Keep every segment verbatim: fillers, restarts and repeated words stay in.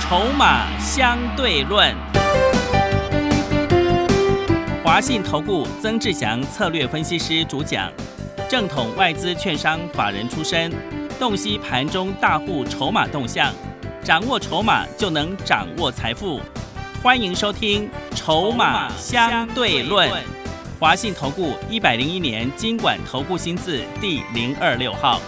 筹码相对论。华信投顾曾志祥策略分析师主讲，正统外资券商法人出身，洞悉盘中大户筹码动向，掌握筹码就能掌握财富。欢迎收听《筹码相对论》。华信投顾一百零一年金管投顾新字第零二六号。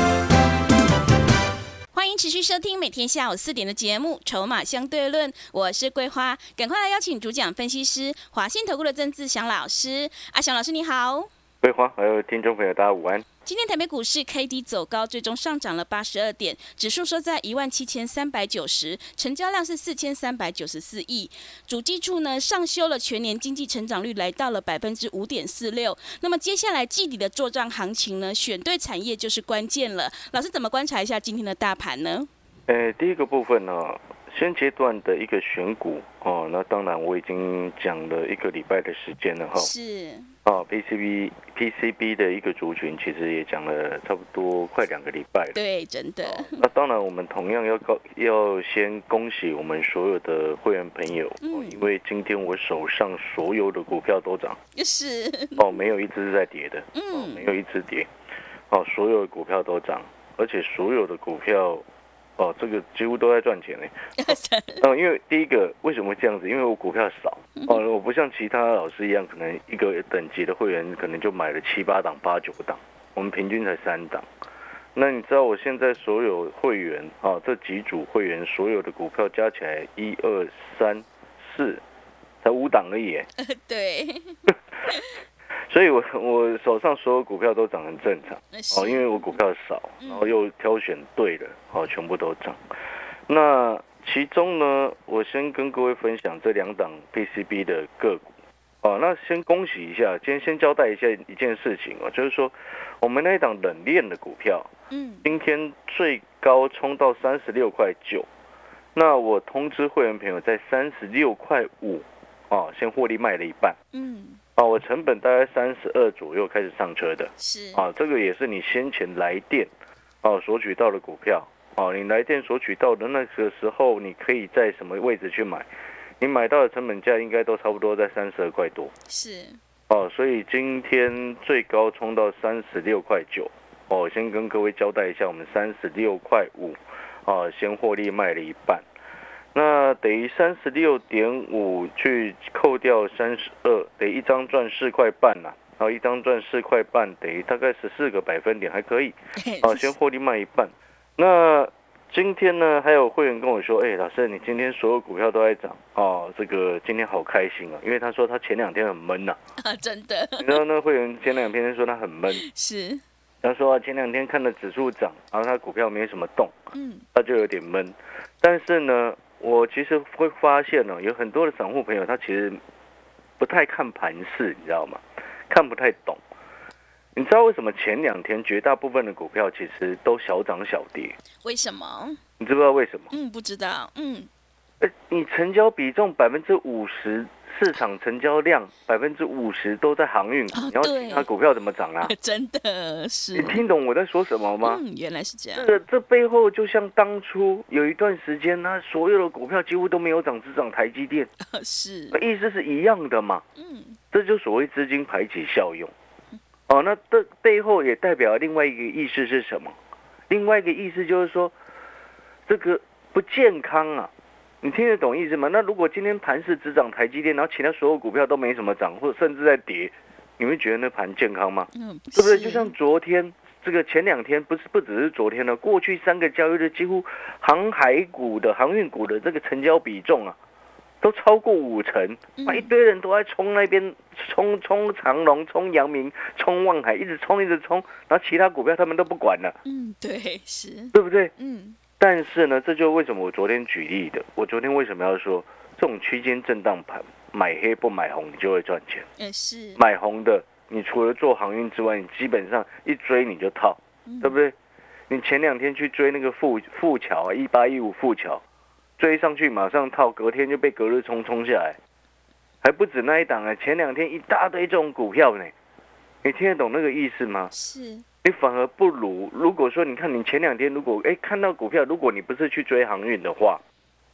欢迎持续收听每天下午四点的节目《筹码相对论》，我是桂花，赶快来邀请主讲分析师华信投顾的曾志祥老师。阿祥老师你好。 桂花还有听众朋友大家午安。 今天台北股市 K D 走高，最终上涨了八十二点，指数收在一万七千三百九十，成交量是四千三百九十四亿。主计处呢上修了全年经济成长率，来到了百分之五点四六。那么接下来季底的作战行情呢，选对产业就是关键了。老师怎么观察一下今天的大盘呢？ 呃，第一个部分呢、哦，现阶段的一个选股哦，那当然我已经讲了一个礼拜的时间了哈。 是。 哦 ，P C B P C B 的一个族群，其实也讲了差不多快两个礼拜了。 对，真的。 哦、那当然，我们同样要告要先恭喜我们所有的会员朋友，嗯哦、因为今天我手上所有的股票都涨， 是哦，没有一只是在跌的，嗯、哦，没有一只跌，哦，所有的股票都涨，而且所有的股票。哦，这个几乎都在赚钱呢。哦，因为第一个为什么会这样子？因为我股票少哦，我不像其他老师一样，可能一个等级的会员可能就买了七八档、八九档，我们平均才三档。那你知道我现在所有会员啊，这几组会员所有的股票加起来一二三四，才五档而已。 对。 所以我我手上所有股票都涨很正常哦，因为我股票少，然后又挑选对了，哦，全部都涨。那其中呢，我先跟各位分享这两档 P C B 的个股哦。那先恭喜一下，今天先交代一下一件事情哦，就是说我们那一档冷链的股票，嗯，今天最高冲到三十六块九，那我通知会员朋友在三十六块五，哦，先获利卖了一半，嗯。啊，我成本大概三十二左右开始上车的，是啊，这个也是你先前来电，哦、啊、索取到的股票，哦、啊，你来电索取到的那个时候，你可以在什么位置去买？你买到的成本价应该都差不多在三十二块多，是哦、啊，所以今天最高冲到三十六块九，哦，先跟各位交代一下，我们三十六块五，啊，先获利卖了一半。那等于三十六点五去扣掉三十二，等于一张赚四块半呐、啊，然后一张赚四块半，等于大概十四个百分点，还可以。啊，先获利卖一半。那今天呢，还有会员跟我说，哎、欸，老师，你今天所有股票都在涨哦，这个今天好开心啊，因为他说他前两天很闷呐、 啊，啊，真的。 你知道那会员前两天说他很闷， 是。 他说前两天看了指数涨，然后他股票没什么动，嗯，他就有点闷。但是呢。我其实会发现呢、哦，有很多的散户朋友他其实不太看盘势，你知道吗？看不太懂。你知道为什么前两天绝大部分的股票其实都小涨小跌？ 为什么？ 你知不知道为什么？ 嗯，不知道。嗯， 欸、你成交比重百分之五十，市场成交量百分之五十都在航运， 哦、 然后其他股票怎么涨啊？ 真的是。 你听懂我在说什么吗？ 嗯，原来是这样。 这个这背后就像当初有一段时间呢，所有的股票几乎都没有涨，只涨台积电， 是， 意思是一样的嘛。嗯，这就所谓资金排挤效用。哦，那这背后也代表另外一个意思是什么？另外一个意思就是说，这个不健康啊。你听得懂意思吗？那如果今天盘是只涨台积电，然后其他所有股票都没什么涨，或者甚至在跌，你会觉得那盘健康吗？嗯，对不对？就像昨天这个前两天，不是不只是昨天了，过去三个交易日几乎航海股的航运股的这个成交比重啊，都超过五成，嗯、一堆人都在冲那边，冲冲长荣、冲阳明、冲万海，一直冲一直冲，然后其他股票他们都不管了。 嗯，对，是， 对不对？ 嗯。 但是呢，这就为什么我昨天举例的。我昨天为什么要说这种区间震荡盘，买黑不买红，你就会赚钱。 也是买红的，你除了做航运之外，你基本上一追你就套，嗯、对不对？你前两天去追那个富富桥啊，一八一五富桥，追上去马上套，隔天就被隔日冲冲下来，还不止那一档啊！前两天一大堆这种股票呢，你听得懂那个意思吗？ 是。 你反而不如，如果说你看你前两天如果哎看到股票，如果你不是去追航运的话，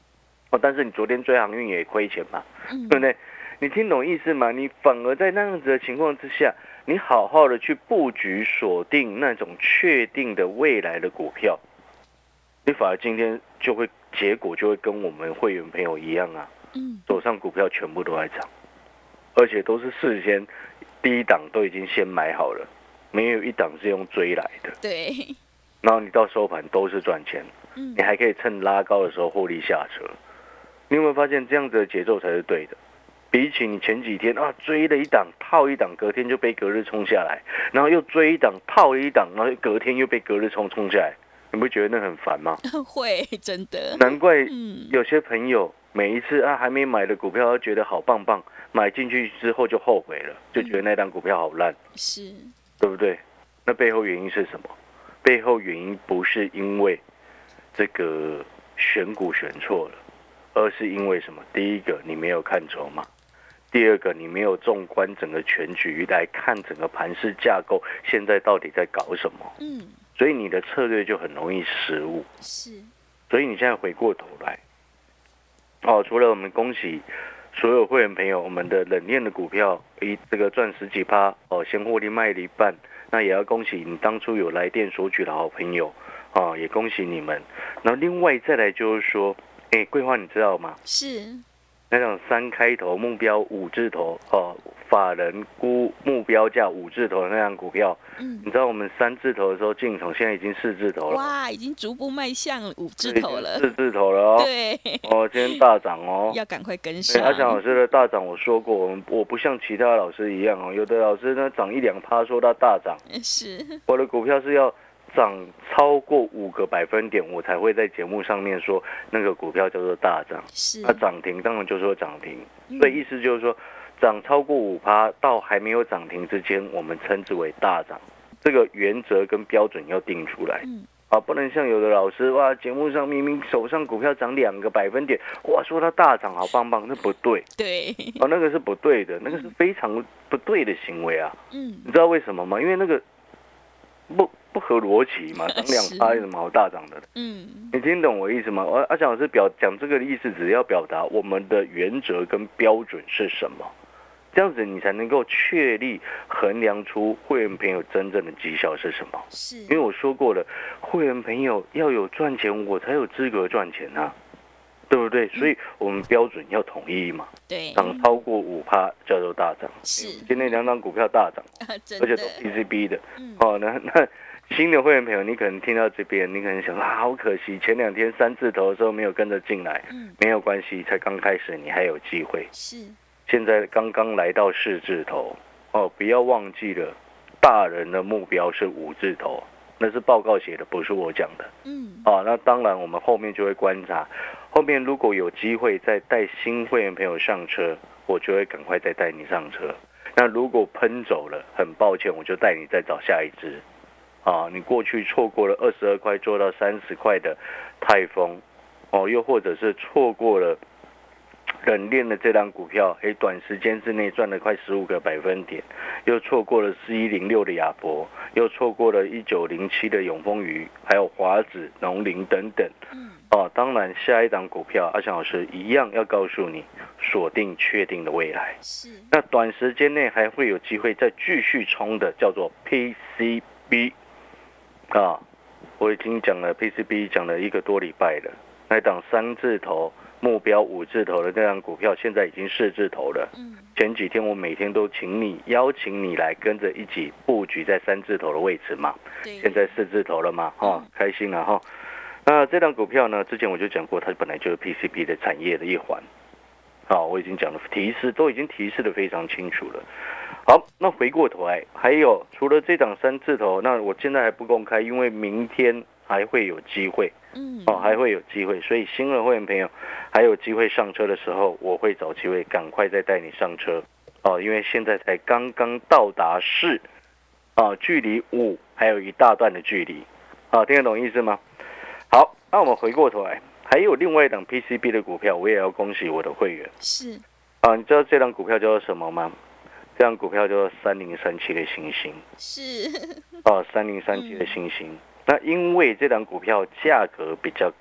哦，但是你昨天追航运也亏钱嘛， 嗯、 对不对？你听懂意思吗？你反而在那样子的情况之下，你好好的去布局锁定那种确定的未来的股票，你反而今天就会结果就会跟我们会员朋友一样啊， 嗯， 手上股票全部都在涨，而且都是事先第一档都已经先买好了，没有一档是用追来的， 对， 然后你到收盘都是赚钱， 嗯， 你还可以趁拉高的时候获利下车，你有没有发现这样子的节奏才是对的？比起你前几天啊追了一档套一档，隔天就被隔日冲下来，然后又追一档套了一档，然后隔天又被隔日冲冲下来，你不觉得那很烦吗？ 会真的， 难怪嗯， 有些朋友每一次啊还没买的股票都觉得好棒棒，买进去之后就后悔了，就觉得那档股票好烂， 是， 对不对？那背后原因是什么？背后原因不是因为这个选股选错了，而是因为什么？第一个你没有看筹码。第二个，你没有纵观整个全局来看整个盘势架构，现在到底在搞什么？ 嗯， 所以你的策略就很容易失误。 是， 所以你现在回过头来，哦，除了我们恭喜所有会员朋友，我们的冷链的股票，一这个赚十几趴，哦，先获利卖了一半，那也要恭喜你当初有来电索取的好朋友，啊、哦，也恭喜你们。然后另外再来就是说，哎，桂花你知道吗？ 是。 那种三开头目标五字头哦，法人估目标价五字头的那样股票，嗯，你知道我们三字头的时候进场，现在已经四字头了， 哇，已经逐步迈向五字头了， 四字头了哦， 对， 哦，今天大涨哦， 要赶快跟上。 阿强老师的大涨，我说过，我们我不像其他老师一样哦，有的老师呢涨一两趴说它大涨， 是， 我的股票是要涨超过五个百分点，我才会在节目上面说那个股票叫做大涨。 是， 那涨停当然就说涨停，所以意思就是说，涨超过五趴到还没有涨停之间，我们称之为大涨。这个原则跟标准要定出来。嗯啊，不能像有的老师哇，节目上明明手上股票涨两个百分点，哇，说它大涨好棒棒，那不对。 对， 哦，那个是不对的，那个是非常不对的行为啊。 嗯， 你知道为什么吗？因为那个不不合逻辑嘛，涨两趴有什么好大涨的？ 嗯，你听懂我意思吗？我阿强老师表讲这个的意思，只要表达我们的原则跟标准是什么。这样子你才能够确立衡量出会员朋友真正的绩效是什么。 是， 因为我说过了，会员朋友要有赚钱，我才有资格赚钱啊，对不对？所以我们标准要统一嘛。 对， 涨超过五趴叫做大涨。 是， 今天两档股票大涨，而且都 P C B 的。嗯、哦，那那新的会员朋友，你可能听到这边，你可能想啊，好可惜，前两天三字头的时候没有跟着进来。嗯，没有关系，才刚开始，你还有机会。 是。 现在刚刚来到四字头，哦，不要忘记了，大人的目标是五字头，那是报告写的，不是我讲的。嗯，啊，那当然我们后面就会观察，后面如果有机会再带新会员朋友上车，我就会赶快再带你上车。那如果喷走了，很抱歉，我就带你再找下一支。啊，你过去错过了二十二块做到三十块的泰丰，哦，又或者是错过了冷链的这档股票，哎，短时间之内赚了快十五个百分点，又错过了四一零六的亚博，又错过了一九零七的永丰余，还有华子、农林等等。嗯，哦，当然下一档股票，阿翔老师一样要告诉你，锁定确定的未来。是。那短时间内还会有机会再继续冲的，叫做 P C B。啊，我已经讲了 P C B 讲了一个多礼拜了，那档三字头。目标五字头的那张股票现在已经四字头了。嗯，前几天我每天都请你邀请你来跟着一起布局在三字头的位置嘛。对，现在四字头了嘛，哈、哦，开心了哈。那这张股票呢，之前我就讲过，它本来就是 P C B 的产业的一环。好，我已经讲了提示，都已经提示的非常清楚了。好，那回过头来，还有除了这档三字头，那我现在还不公开，因为明天还会有机会。嗯，哦，还会有机会，所以新的会员朋友还有机会上车的时候，我会找机会赶快再带你上车哦，因为现在才刚刚到达四，啊，距离五还有一大段的距离，啊，听得懂意思吗？好，那我们回过头来，还有另外一档 P C B 的股票，我也要恭喜我的会员。 是， 啊，你知道这档股票叫做什么吗？这档股票叫做三零三七的星星。 是， 哦，三零三七的星星。嗯，那因为这档股票价格比较高，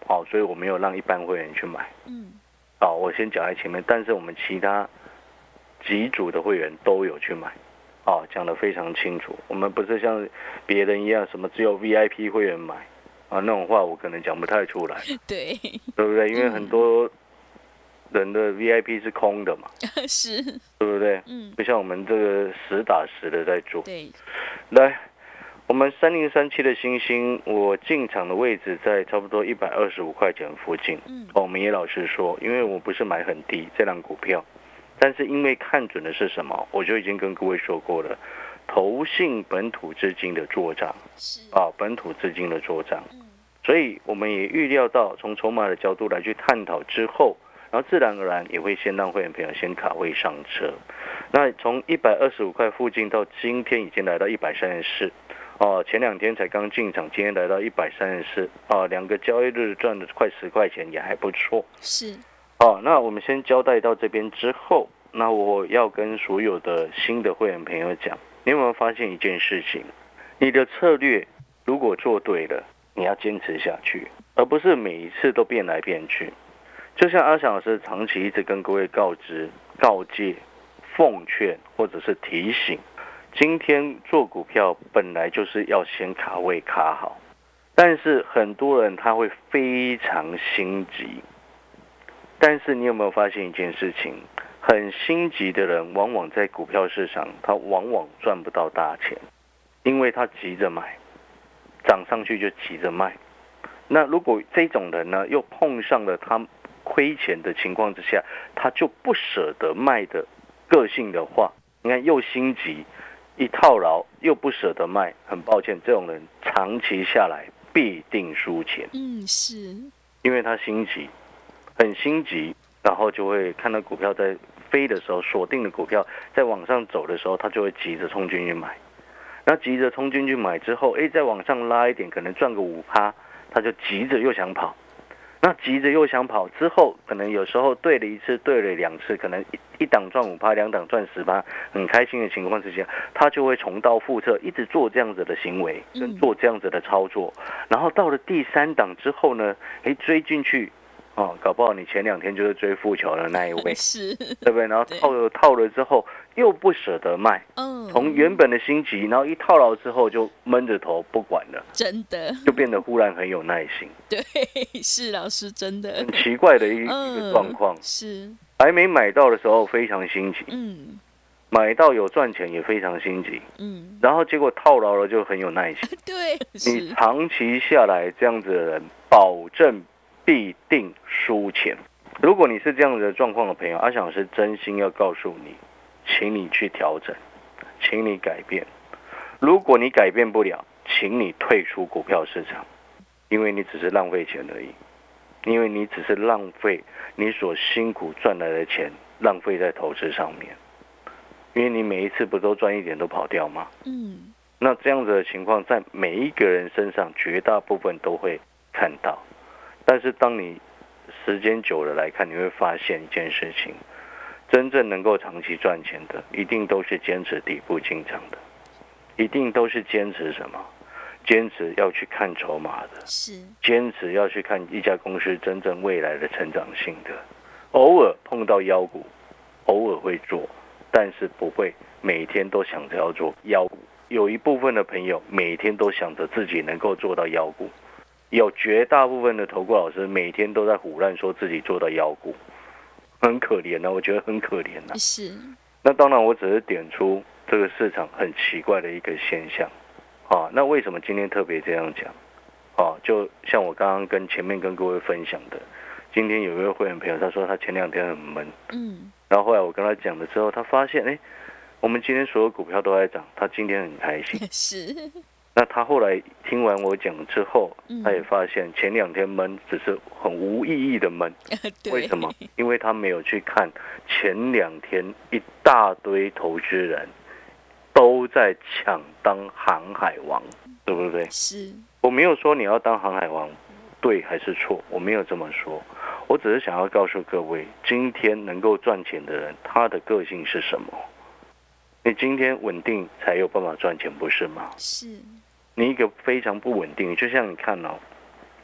哦，所以我没有让一般会员去买。 嗯， 哦，我先讲在前面，但是我们其他几组的会员都有去买。哦，讲得非常清楚，我们不是像别人一样，什么只有 V I P 会员买啊，那种话我可能讲不太出来。 对， 对不对？因为很多人的 V I P 是空的嘛， 是， 对不对？ 嗯， 不像我们这个实打实的在做。 对， 来，我们三零三七的星星，我进场的位置在差不多一百二十五块钱附近。 嗯， 哦，我们也老实说，因为我不是买很低这档股票。但是因为看准的是什么，我就已经跟各位说过了，投信本土资金的做账，啊，本土资金的做账，所以我们也预料到，从筹码的角度来去探讨之后，然后自然而然也会先让会员朋友先卡位上车。那从一百二十五块附近到今天已经来到一百三十四，哦，前两天才刚进场，今天来到一百三十四，啊，两个交易日赚了快十块钱，也还不错。 是。 好，那我们先交代到这边之后，那我要跟所有的新的会员朋友讲，你有没有发现一件事情？你的策略如果做对了，你要坚持下去，而不是每一次都变来变去。就像阿翔老师长期一直跟各位告知、告诫、奉劝或者是提醒，今天做股票本来就是要先卡位卡好，但是很多人他会非常心急。但是你有没有发现一件事情？很心急的人，往往在股票市场，他往往赚不到大钱，因为他急着买，涨上去就急着卖。那如果这种人呢，又碰上了他亏钱的情况之下，他就不舍得卖的个性的话，你看又心急，一套牢又不舍得卖，很抱歉，这种人长期下来必定输钱。 嗯，是， 因为他心急。很心急，然后就会看到股票在飞的时候，锁定的股票在往上走的时候，他就会急着冲进去买。那急着冲进去买之后，哎，再往上拉一点，可能赚个五趴，他就急着又想跑。那急着又想跑之后，可能有时候对了一次，对了两次，可能一一档赚五趴，两档赚十趴，很开心的情况之下，他就会重蹈覆辙，一直做这样子的行为，跟做这样子的操作。然后到了第三档之后呢，哎，追进去。哦，搞不好你前两天就是追富桥的那一位， 是， 对不对？然后套了套了之后又不舍得卖， 嗯， 从原本的心急，然后一套牢之后就闷着头不管了， 真的就变得忽然很有耐心。 对，是老师真的很奇怪的一、 嗯、 一个状况， 是还没买到的时候非常心急， 嗯， 买到有赚钱也非常心急， 嗯， 然后结果套牢了就很有耐心。 对， 你长期下来这样子的人，保证必定输钱。如果你是这样子的状况的朋友，阿翔是真心要告诉你，请你去调整，请你改变。如果你改变不了，请你退出股票市场，因为你只是浪费钱而已，因为你只是浪费你所辛苦赚来的钱，浪费在投资上面。因为你每一次不都赚一点都跑掉吗？ 嗯， 那这样子的情况在每一个人身上绝大部分都会看到。但是当你时间久了来看，你会发现一件事情，真正能够长期赚钱的，一定都是坚持底部进场的，一定都是坚持什么？坚持要去看筹码的， 是坚持要去看一家公司真正未来的成长性的。偶尔碰到妖股，偶尔会做，但是不会每天都想着要做妖股。有一部分的朋友每天都想着自己能够做到妖股。有绝大部分的投顾老师每天都在唬烂说自己做到妖股，很可怜啊，我觉得很可怜啊。 是。 那当然，我只是点出这个市场很奇怪的一个现象。啊，那为什么今天特别这样讲？啊，就像我刚刚跟前面跟各位分享的，今天有一位会员朋友，他说他前两天很闷，嗯，然后后来我跟他讲了之后，他发现，哎，我们今天所有股票都在涨，他今天很开心。 是。 那他后来听完我讲之后，他也发现前两天闷只是很无意义的闷。为什么？因为他没有去看前两天一大堆投资人都在抢当航海王，对不对？ 是。我没有说你要当航海王对还是错，我没有这么说。我只是想要告诉各位，今天能够赚钱的人，他的个性是什么？你今天稳定才有办法赚钱，不是吗？ 是。你一个非常不稳定，就像你看哦，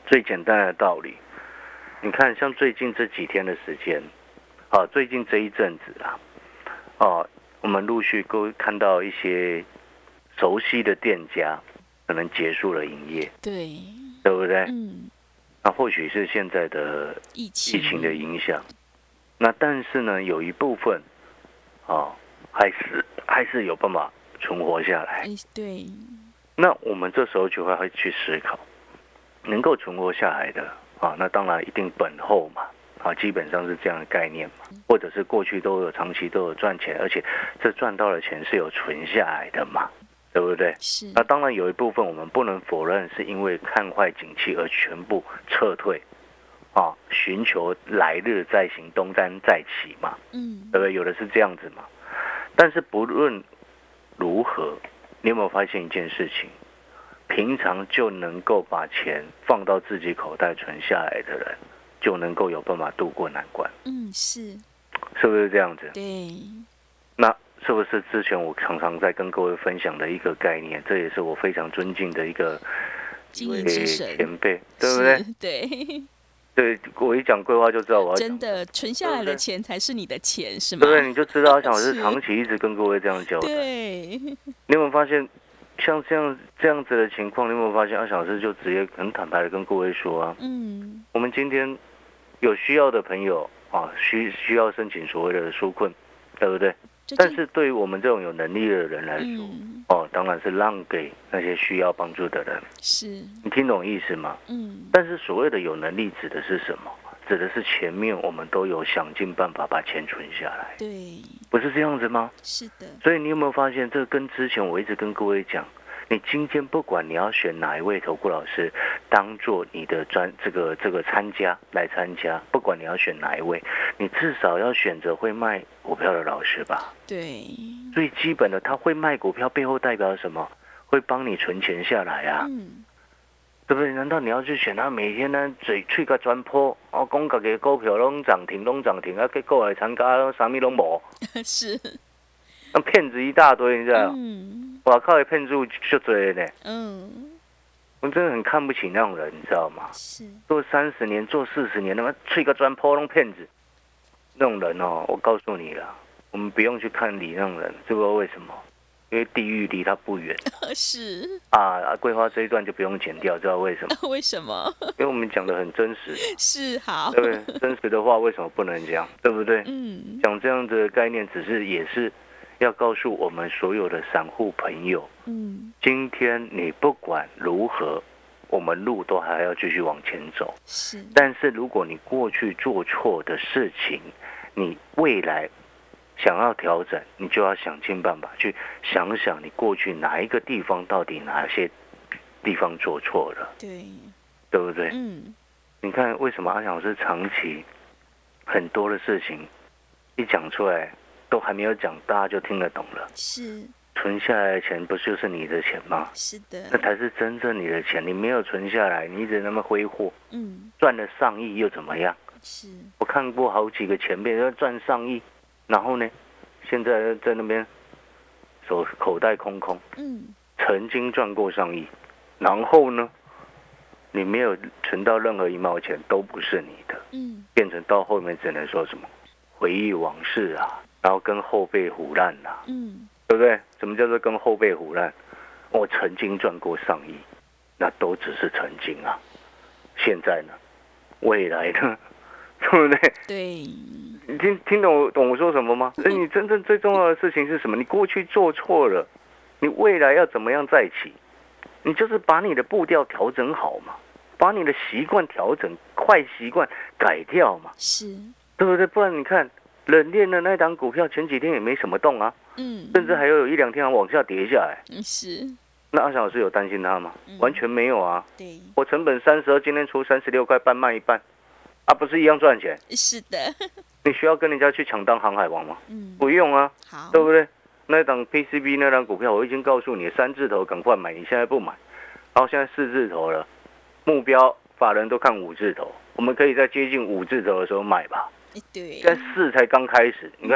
最简单的道理，你看像最近这几天的时间，啊，最近这一阵子啊，哦、啊，我们陆续都看到一些熟悉的店家可能结束了营业， 对， 对不对？ 嗯， 那或许是现在的疫情疫情的影响，那但是呢，有一部分，啊，还是还是有办法存活下来。 哎，对， 那我们这时候就会去思考，能够存活下来的啊，那当然一定本厚嘛，啊，基本上是这样的概念嘛，或者是过去都有长期都有赚钱，而且这赚到的钱是有存下来的嘛，对不对？ 是。 那当然有一部分我们不能否认是因为看坏景气而全部撤退，啊，寻求来日再行，东山再起嘛， 嗯， 对不对？有的是这样子嘛。但是不论如何，你有没有发现一件事情？平常就能够把钱放到自己口袋存下来的人，就能够有办法度过难关。 嗯，是， 是不是这样子？ 对。 那是不是之前我常常在跟各位分享的一个概念？这也是我非常尊敬的一个经营之神前辈，对不对？ 对。 对，我一讲规划就知道我要讲。 真的，存下来的钱才是你的钱，是吗？ 对，你就知道，想我是长期一直跟各位这样交代。 对。 你有没有发现？像这样这样子的情况，你有没有发现阿小师就直接很坦白的跟各位说啊， 嗯，我们今天有需要的朋友啊，需需要申请所谓的纾困，对不对？但是对于我们这种有能力的人来说，嗯、哦，当然是让给那些需要帮助的人。 是， 你听懂意思吗？ 嗯。 但是所谓的有能力指的是什么？指的是前面我们都有想尽办法把钱存下来， 对， 不是这样子吗？ 是的。 所以你有没有发现，这跟之前我一直跟各位讲，你今天不管你要选哪一位投顾老师当做你的专这个这个参加来参加，不管你要选哪一位，你至少要选择会卖股票的老师吧？ 对， 最基本的，他会卖股票背后代表什么？会帮你存钱下来啊。嗯，对不对？难道你要去选他每天呢嘴嘴个专坡，哦，讲自己股票拢涨停，拢涨停，啊，结果来参加啥物拢无？ 是， 那骗子一大堆，你知道？ 嗯， 哇靠，骗子就多呢。 嗯， 我真的很看不起那种人，你知道吗？ 是， 做三十年，做四十年，他妈吹个专坡拢骗子，那种人哦，我告诉你了，我们不用去看理那种人，知不知道为什么？因为地狱离他不远。 是啊，桂花这一段就不用剪掉，知道为什么？ 为什么？ 因为我们讲的很真实。 是好， 对不对？真实的话为什么不能讲？对不对？ 嗯， 讲这样的概念，只是也是要告诉我们所有的散户朋友， 嗯， 今天你不管如何，我们路都还要继续往前走。 是， 但是如果你过去做错的事情，你未来想要调整，你就要想尽办法去想想你过去哪一个地方到底哪些地方做错了， 对， 对不对？ 嗯， 你看为什么阿翔老师长期很多的事情一讲出来都还没有讲，大家就听得懂了。 是， 存下来的钱不就是你的钱吗？ 是的， 那才是真正你的钱。你没有存下来，你一直那么挥霍， 嗯， 赚了上亿又怎么样？ 是， 我看过好几个前辈要赚上亿。然后呢，现在在那边手口袋空空， 嗯， 曾经赚过上亿，然后呢，你没有存到任何一毛钱，都不是你的， 嗯， 变成到后面只能说什么回忆往事啊，然后跟后辈胡乱啊， 嗯， 对不对？什么叫做跟后辈胡乱？我曾经赚过上亿，那都只是曾经啊，现在呢，未来呢，对不对？ 对。 你听听懂懂我说什么吗？所以你真正最重要的事情是什么？你过去做错了，你未来要怎么样再起？你就是把你的步调调整好嘛，把你的习惯调整，坏习惯改掉嘛， 是， 对不对？不然你看冷链的那档股票前几天也没什么动啊， 嗯， 甚至还有一两天还往下跌下来， 嗯，是。 那阿翔老师有担心他吗？ 嗯、 完全没有啊。 对， 我成本三十二，今天出三十六块半，卖一半。啊，不是一样赚钱？ 是的。 你需要跟人家去抢当航海王吗？ 嗯， 不用啊， 好， 对不对？那档 P C B 那档股票，我已经告诉你，三字头赶快买，你现在不买，然后现在四字头了，目标法人都看五字头，我们可以在接近五字头的时候买吧。 对， 现在四才刚开始，你看、嗯、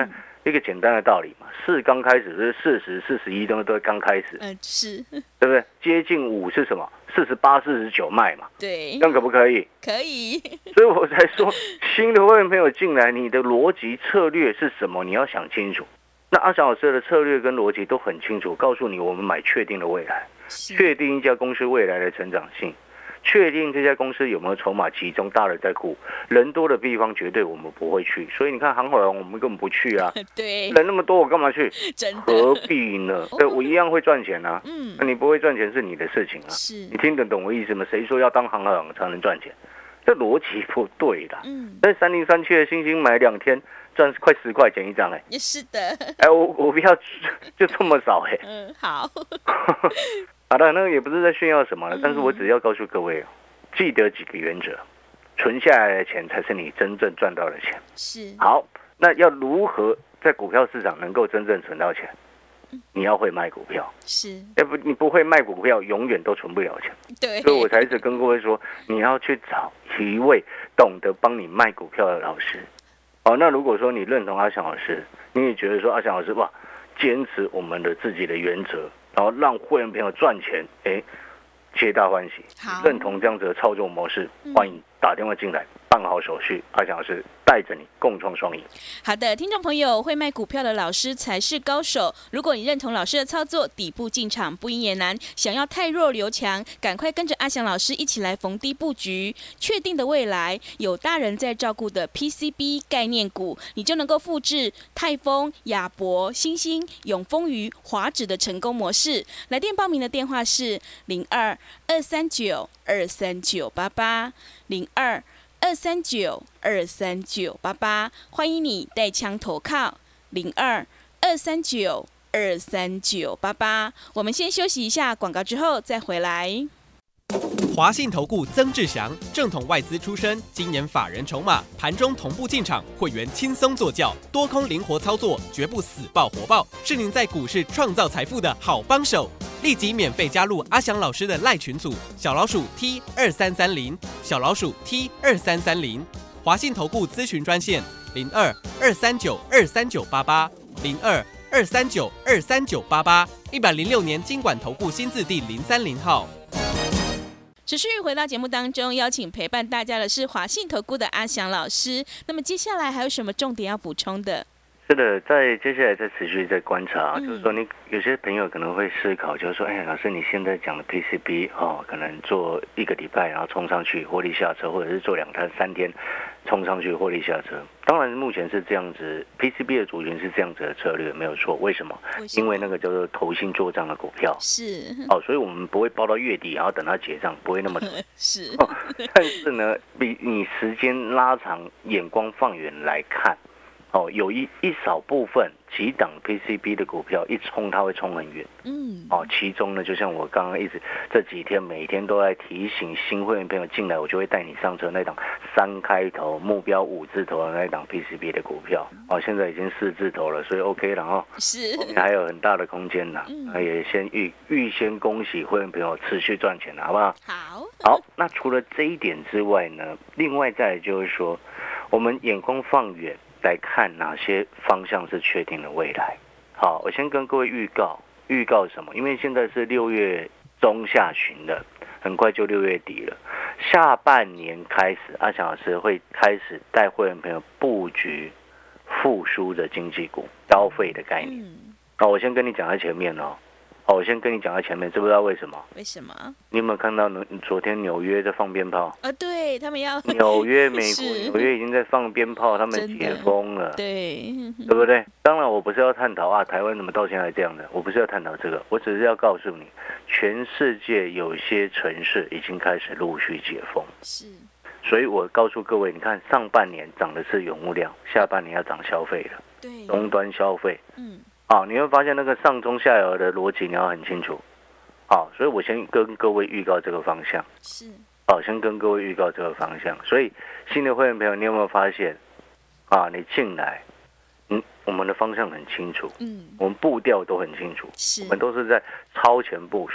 一个简单的道理嘛，四刚开始是四十、四十一都都刚开始， 嗯、呃，是， 对不对？接近五是什么？四十八、四十九卖嘛， 对， 这样可不可以？ 可以。 所以我才说，新的会员朋友进来，你的逻辑策略是什么？你要想清楚。那阿翔老师的策略跟逻辑都很清楚，告诉你我们买确定的未来，确定一家公司未来的成长性。确定这家公司有没有筹码集中，大的在库，人多的地方绝对我们不会去。所以你看航海王我们根本不去啊， 对， 人那么多我干嘛去？ 真的何必呢？对，我一样会赚钱啊。 嗯， 那你不会赚钱是你的事情啊。 是， 你听得懂我意思吗？谁说要当航海王才能赚钱？这逻辑不对啦。 嗯， 在三零三七的星星买两天赚快十块钱一张哎、欸。 也是的。 哎、欸，我我不要就这么少哎、欸。 嗯，好。 好的，那个也不是在炫耀什么了，但是我只要告诉各位，记得几个原则，存下来的钱才是你真正赚到的钱。 是。 好，那要如何在股票市场能够真正存到钱？你要会卖股票。 是。 要不你不会卖股票，永远都存不了钱。 对。 所以我才一直跟各位说，你要去找一位懂得帮你卖股票的老师。好，那如果说你认同阿翔老师，你也觉得说阿翔老师哇，坚持我们的自己的原则。然后让会员朋友赚钱，哎，皆大欢喜。认同这样子的操作模式，欢迎打电话进来，办好手续。阿翔老师带着你共创双赢。 好的，听众朋友，会卖股票的老师才是高手。如果你认同老师的操作，底部进场不赢也难。想要汰弱留强，赶快跟着阿翔老师一起来逢低布局，确定的未来有大人在照顾的 P C B 概念股，你就能够复制泰丰、亚博、新兴、永丰余、华指的成功模式。来电报名的电话是零二二三九二三九八八零二。二三九二三九八八，欢迎你带枪投靠零二二三九二三九八八。我们先休息一下广告，之后再回来。 华信投顾曾志祥，正统外资出身，今年法人筹码，盘中同步进场，会员轻松做教，多空灵活操作，绝不死抱活抱，是您在股市创造财富的好帮手。立即免费加入阿翔老师的赖群组，小老鼠 T 二三三零，小老鼠 T 二三三零，华信投顾咨询专线零二二三九二三九八八零二二三九二三九八八，一百零六年金管投顾新字第零三零号。 持续回到节目当中，邀请陪伴大家的是华信投顾的阿翔老师。那么接下来还有什么重点要补充的？ 是的，在接下来再持续在观察，嗯、就是说你有些朋友可能会思考，就是说，哎，老师你现在讲的 P C B 哦，可能做一个礼拜然后冲上去获利下车，或者是做两天三天冲上去获利下车。当然目前是这样子 ，P C B 的族群是这样子的策略，没有错。为什么？为什么？因为那个叫做投信做账的股票是哦，所以我们不会包到月底，然后等它结账，不会那么短是、 哦。但是呢，比你时间拉长，眼光放远来看。哦，有一一少部分几档 P C B 的股票一冲，它会冲很远。嗯，哦，其中呢，就像我刚刚一直这几天每天都在提醒新会员朋友进来，我就会带你上车那档三开头目标五字头的那档 P C B 的股票。哦，现在已经四字头了，所以 OK 了哦。 是， 后面还有很大的空间呢。嗯，也先预预先恭喜会员朋友持续赚钱了，好不好？ 好。 好，那除了这一点之外呢，另外再来就是说，我们眼光放远。来看哪些方向是确定的未来。好，我先跟各位预告，预告什么？因为现在是六月中下旬了，很快就六月底了。下半年开始，阿翔老师会开始带会员朋友布局复苏的经济股、消费的概念。好，我先跟你讲在前面哦。哦，我先跟你讲在前面，知不知道为什么？ 为什么？ 你有没有看到昨天纽约在放鞭炮？ 啊，对他们要纽约、美国、纽约已经在放鞭炮，他们解封了， 对， 对不对？当然，我不是要探讨啊，台湾怎么到现在这样的，我不是要探讨这个，我只是要告诉你，全世界有些城市已经开始陆续解封， 是。 所以我告诉各位，你看上半年涨的是原物料，下半年要涨消费了， 对， 终端消费， 嗯。 好，你会发现那个上中下游的逻辑你要很清楚。好，所以我先跟各位预告这个方向。 是。 好，先跟各位预告这个方向。所以新的会员朋友，你有没有发现啊？你进来，嗯，我们的方向很清楚，嗯，我们步调都很清楚， 是， 我们都是在超前部署。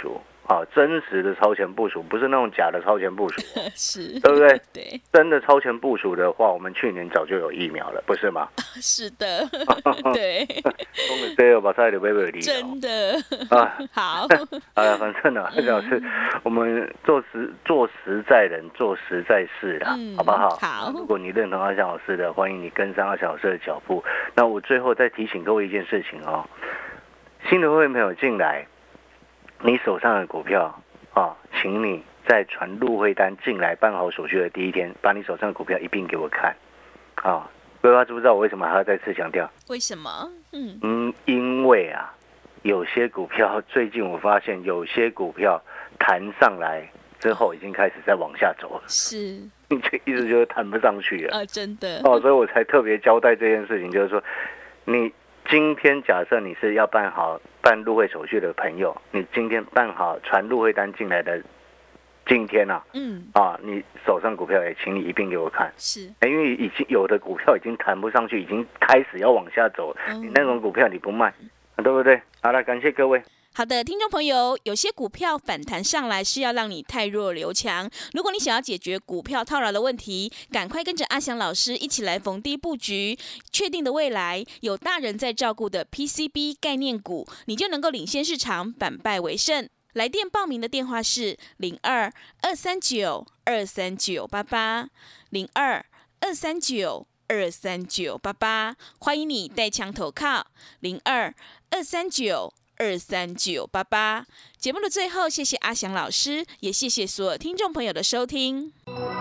啊，真实的超前部署，不是那种假的超前部署， 是， 对不对？ 对， 真的超前部署的话，我们去年早就有疫苗了，不是吗？ 是的，对， 对哦，把菜的微微离真的啊， 好， 好了，反正呢，阿小老师，我们做实做实在人，做实在事啦， 嗯好不好？ 好， 如果你认同阿翔老师的，欢迎你跟上阿翔老师的脚步。那我最后再提醒各位一件事情哦，新的会员朋友进来，你手上的股票啊，请你在传入会单进来办好手续的第一天，把你手上的股票一并给我看啊。各位知不知道我为什么还要再次强调？ 为什么？嗯嗯，因为啊，有些股票最近我发现有些股票弹上来之后，已经开始在往下走了。 是， 这意思就是弹不上去了啊，真的哦，所以我才特别交代这件事情，就是说，你今天假设你是要办好办入会手续的朋友，你今天办好传入会单进来的今天啊， 嗯啊，你手上股票也请你一并给我看， 是， 因为已经有的股票已经弹不上去，已经开始要往下走， 嗯你那种股票你不卖，对不对？好了，感谢各位。 好的，听众朋友，有些股票反弹上来是要让你太弱留强。如果你想要解决股票套牢的问题，赶快跟着阿翔老师一起来逢低布局，确定的未来有大人在照顾的 P C B 概念股，你就能够领先市场，反败为胜。来电报名的电话是零二二三九二三九八八零二二三九二三九八八，欢迎你带枪投靠零二二三九二三九八八。节目的最后，谢谢阿翔老师，也谢谢所有听众朋友的收听。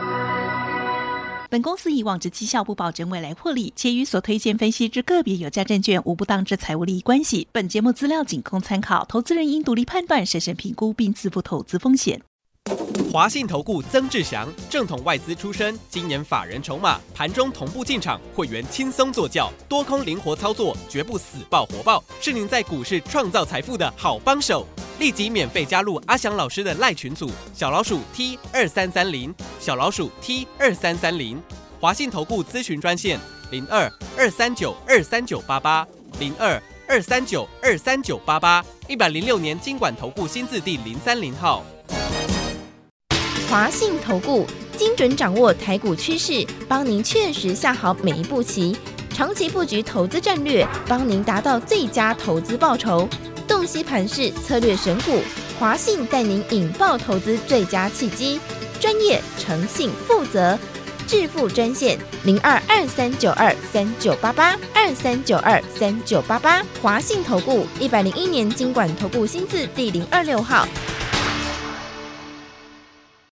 本公司以往之绩效不保证未来获利，且与所推荐分析之个别有价证券无不当之财务利益关系。本节目资料仅供参考，投资人应独立判断、审慎评估并自负投资风险。 华信投顾曾志祥，正统外资出身，今年法人筹码，盘中同步进场，会员轻松做教，多空灵活操作，绝不死抱活抱，是您在股市创造财富的好帮手。立即免费加入阿翔老师的赖群组，小老鼠 T 二三三零，小老鼠 T 二三三零。华信投顾咨询专线零二二三九二三九八八零二二三九二三九八八，一百零六年金管投顾新字第零三零号。 华信投顾精准掌握台股趋势，帮您确实下好每一步棋，长期布局投资战略，帮您达到最佳投资报酬。洞悉盘势，策略选股，华信带您引爆投资最佳契机，专业、诚信、负责，致富专线零二二三九二三九八八二三九二三九八八，华信投顾一百零一年金管投顾新字第零二六号。